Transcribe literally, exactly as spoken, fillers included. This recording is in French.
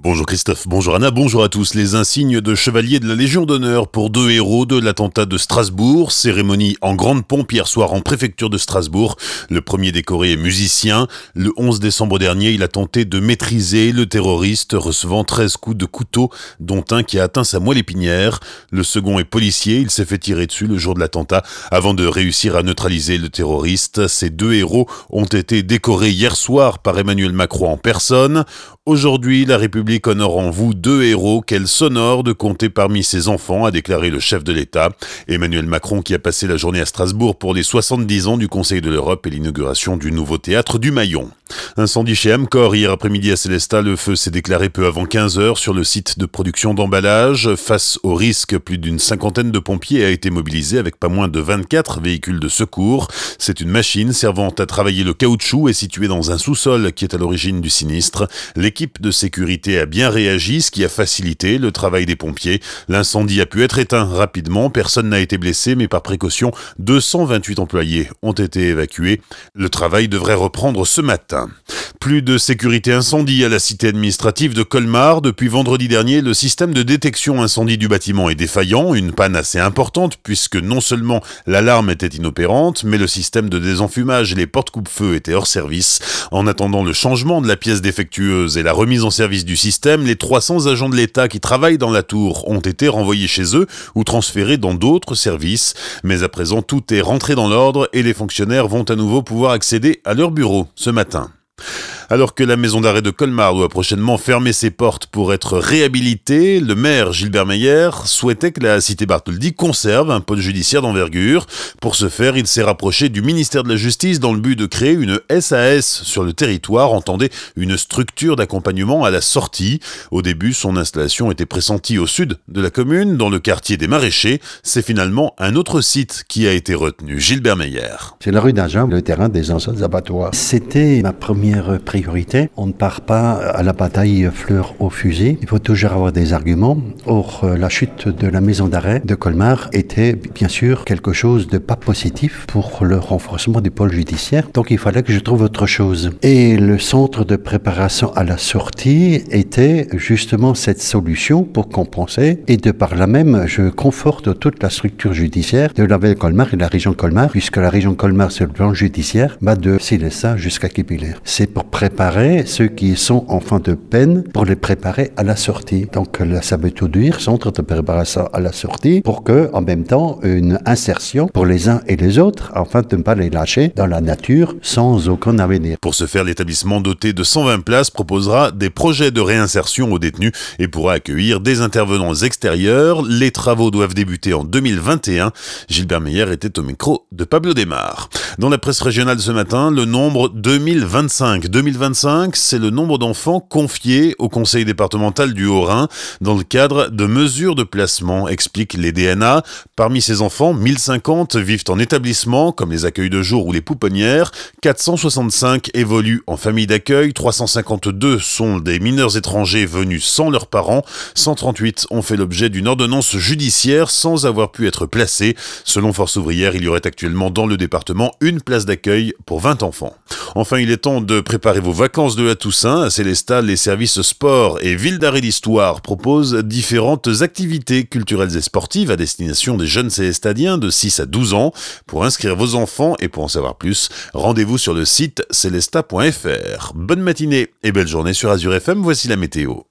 Bonjour Christophe, bonjour Anna, bonjour à tous. Les insignes de chevalier de la Légion d'honneur pour deux héros de l'attentat de Strasbourg. Cérémonie en grande pompe hier soir en préfecture de Strasbourg. Le premier décoré est musicien. Le onze décembre dernier, il a tenté de maîtriser le terroriste, recevant treize coups de couteau, dont un qui a atteint sa moelle épinière. Le second est policier, il s'est fait tirer dessus le jour de l'attentat avant de réussir à neutraliser le terroriste. Ces deux héros ont été décorés hier soir par Emmanuel Macron en personne. Aujourd'hui, la République honore en vous deux héros. Quel sonore de compter parmi ses enfants, a déclaré le chef de l'État. Emmanuel Macron qui a passé la journée à Strasbourg pour les soixante-dix ans du Conseil de l'Europe et l'inauguration du nouveau théâtre du Maillon. Incendie chez Amcor hier après-midi à Célestat. Le feu s'est déclaré peu avant quinze heures sur le site de production d'emballage. Face au risque, plus d'une cinquantaine de pompiers a été mobilisée avec pas moins de vingt-quatre véhicules de secours. C'est une machine servant à travailler le caoutchouc et située dans un sous-sol qui est à l'origine du sinistre. L'équipe de sécurité a bien réagi, ce qui a facilité le travail des pompiers. L'incendie a pu être éteint rapidement. Personne n'a été blessé, mais par précaution, deux cent vingt-huit employés ont été évacués. Le travail devrait reprendre ce matin. Plus de sécurité incendie à la cité administrative de Colmar. Depuis vendredi dernier, le système de détection incendie du bâtiment est défaillant, une panne assez importante puisque non seulement l'alarme était inopérante, mais le système de désenfumage et les portes coupe-feu étaient hors service. En attendant le changement de la pièce défectueuse et la remise en service du système, les trois cents agents de l'État qui travaillent dans la tour ont été renvoyés chez eux ou transférés dans d'autres services. Mais à présent, tout est rentré dans l'ordre et les fonctionnaires vont à nouveau pouvoir accéder à leur bureau ce matin. Alors que la maison d'arrêt de Colmar doit prochainement fermer ses portes pour être réhabilitée, le maire Gilbert Meyer souhaitait que la cité Bartholdi conserve un pôle judiciaire d'envergure. Pour ce faire, il s'est rapproché du ministère de la Justice dans le but de créer une S A S sur le territoire, entendez une structure d'accompagnement à la sortie. Au début, son installation était pressentie au sud de la commune, dans le quartier des Maraîchers. C'est finalement un autre site qui a été retenu. Gilbert Meyer. C'est la rue d'Agen, le terrain des anciens abattoirs. C'était ma première priorité. On ne part pas à la bataille fleur au fusil. Il faut toujours avoir des arguments. Or, la chute de la maison d'arrêt de Colmar était bien sûr quelque chose de pas positif pour le renforcement du pôle judiciaire. Donc, il fallait que je trouve autre chose. Et le centre de préparation à la sortie était justement cette solution pour compenser. Et de par là même, je conforte toute la structure judiciaire de la ville de Colmar et de la région de Colmar, puisque la région de Colmar, sur le plan judiciaire, va de Célestat jusqu'à Kipiller. C'est pour préparer ceux qui sont en fin de peine pour les préparer à la sortie. Donc là, ça veut tout dire, centre de préparation à la sortie, pour que, en même temps, une insertion pour les uns et les autres, afin de ne pas les lâcher dans la nature sans aucun avenir. Pour ce faire, l'établissement doté de cent vingt places proposera des projets de réinsertion aux détenus et pourra accueillir des intervenants extérieurs. Les travaux doivent débuter en deux mille vingt et un. Gilbert Meyer était au micro de Pablo Desmar. Dans la presse régionale ce matin, le nombre deux mille vingt-cinq. deux mille vingt-cinq, c'est le nombre d'enfants confiés au conseil départemental du Haut-Rhin dans le cadre de mesures de placement, expliquent les D N A. Parmi ces enfants, mille cinquante vivent en établissement, comme les accueils de jour ou les pouponnières. quatre cent soixante-cinq évoluent en famille d'accueil. trois cent cinquante-deux sont des mineurs étrangers venus sans leurs parents. cent trente-huit ont fait l'objet d'une ordonnance judiciaire sans avoir pu être placés. Selon Force ouvrière, il y aurait actuellement dans le département une place d'accueil pour vingt enfants. Enfin, il est temps de préparer vos vacances de la Toussaint. À Célestat, les services sport et ville d'arrêt d'histoire proposent différentes activités culturelles et sportives à destination des jeunes célestadiens de six à douze ans. Pour inscrire vos enfants et pour en savoir plus, rendez-vous sur le site célestat point f r. Bonne matinée et belle journée sur Azure F M, voici la météo.